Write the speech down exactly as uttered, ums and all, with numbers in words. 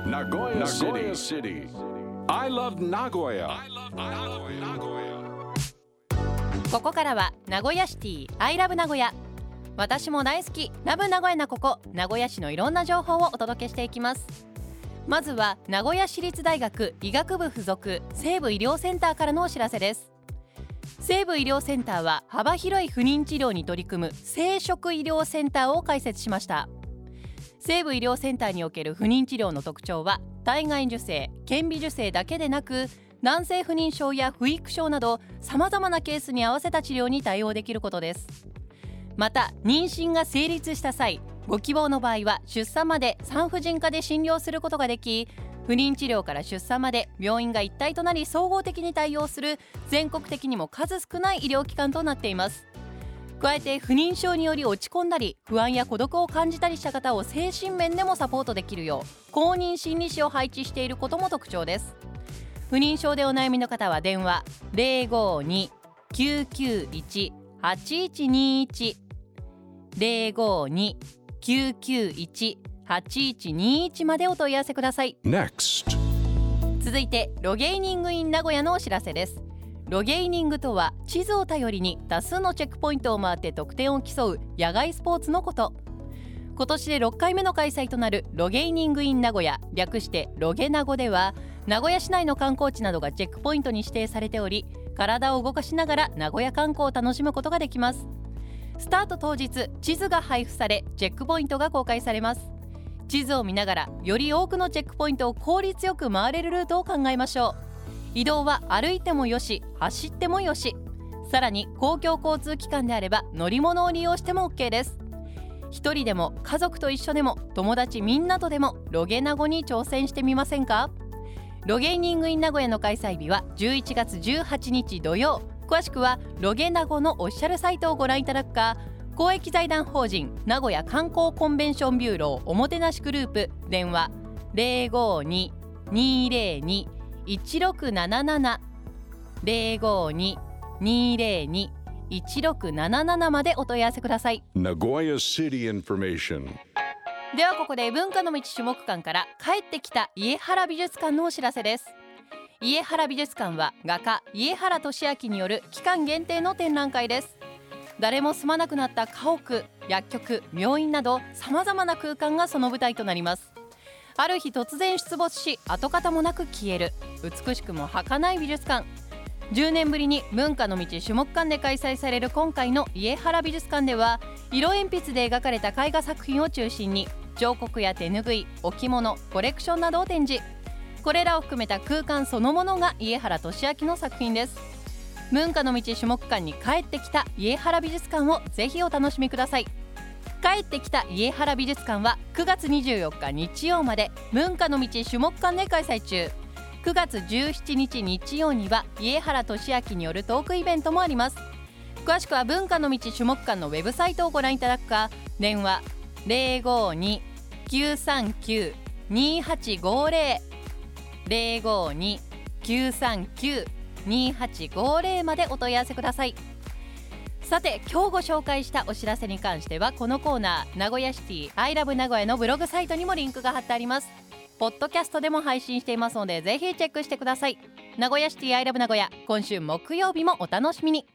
Nagoya City. I love Nagoya. ここからは名古屋シティ I love 名古屋。私も大好きラブ名古屋なここ名古屋市のいろんな情報をお届けしていきます。まずは名古屋市立大学医学部附属西部医療センターからのお知らせです。西部医療センターは幅広い不妊治療に取り組む生殖医療センターを開設しました。西部医療センターにおける不妊治療の特徴は体外受精、顕微授精だけでなく男性不妊症や不育症などさまざまなケースに合わせた治療に対応できることです。また妊娠が成立した際、ご希望の場合は出産まで産婦人科で診療することができ、不妊治療から出産まで病院が一体となり総合的に対応する全国的にも数少ない医療機関となっています。加えて不妊症により落ち込んだり不安や孤独を感じたりした方を精神面でもサポートできるよう公認心理師を配置していることも特徴です。不妊症でお悩みの方は電話 ゼロごに きゅうきゅういち はちいちにいち ゼロごに きゅうきゅういち はちいちにいち までお問い合わせください。 Next. 続いてロゲイニングイン名古屋のお知らせです。ロゲイニングとは地図を頼りに多数のチェックポイントを回って得点を競う野外スポーツのこと。今年でろっかいめの開催となるロゲイニングイン名古屋、略してロゲナゴでは名古屋市内の観光地などがチェックポイントに指定されており、体を動かしながら名古屋観光を楽しむことができます。スタート当日、地図が配布されチェックポイントが公開されます。地図を見ながらより多くのチェックポイントを効率よく回れるルートを考えましょう。移動は歩いてもよし、走ってもよし、さらに公共交通機関であれば乗り物を利用しても OK です。一人でも家族と一緒でも友達みんなとでもロゲナゴに挑戦してみませんか。ロゲイニングイン名古屋の開催日はじゅういちがつじゅうはちにち土曜。詳しくはロゲナゴのオフィシャルサイトをご覧いただくか、公益財団法人名古屋観光コンベンションビューローおもてなしグループ電話 ゼロごに にゼロに いちろくなななな ゼロごに にゼロに いちろくなななな までお問い合わせください。 Nagoya City information. ではここで文化の道種目館から帰ってきた家原美術館のお知らせです。家原美術館は画家家原俊明による期間限定の展覧会です。誰も住まなくなった家屋、薬局、病院などさまざまな空間がその舞台となります。ある日突然出没し跡形もなく消える美しくも儚い美術館。じゅうねんぶりに文化の道種目館で開催される今回の家原美術館では、色鉛筆で描かれた絵画作品を中心に彫刻や手ぬぐい、置物、コレクションなどを展示。これらを含めた空間そのものが家原俊明の作品です。文化の道種目館に帰ってきた家原美術館をぜひお楽しみください。帰ってきた家原美術館はくがつにじゅうよっか日曜まで文化の道種目館で開催中。くがつじゅうしちにち日曜には家原俊明によるトークイベントもあります。詳しくは文化の道種目館のウェブサイトをご覧いただくか、電話 ゼロごに きゅうさんきゅう にはちごゼロ ゼロごに きゅうさんきゅう にはちごゼロ までお問い合わせください。さて今日ご紹介したお知らせに関してはこのコーナー名古屋シティ I love 名古屋のブログサイトにもリンクが貼ってあります。ポッドキャストでも配信していますのでぜひチェックしてください。名古屋シティ I love 名古屋、今週木曜日もお楽しみに。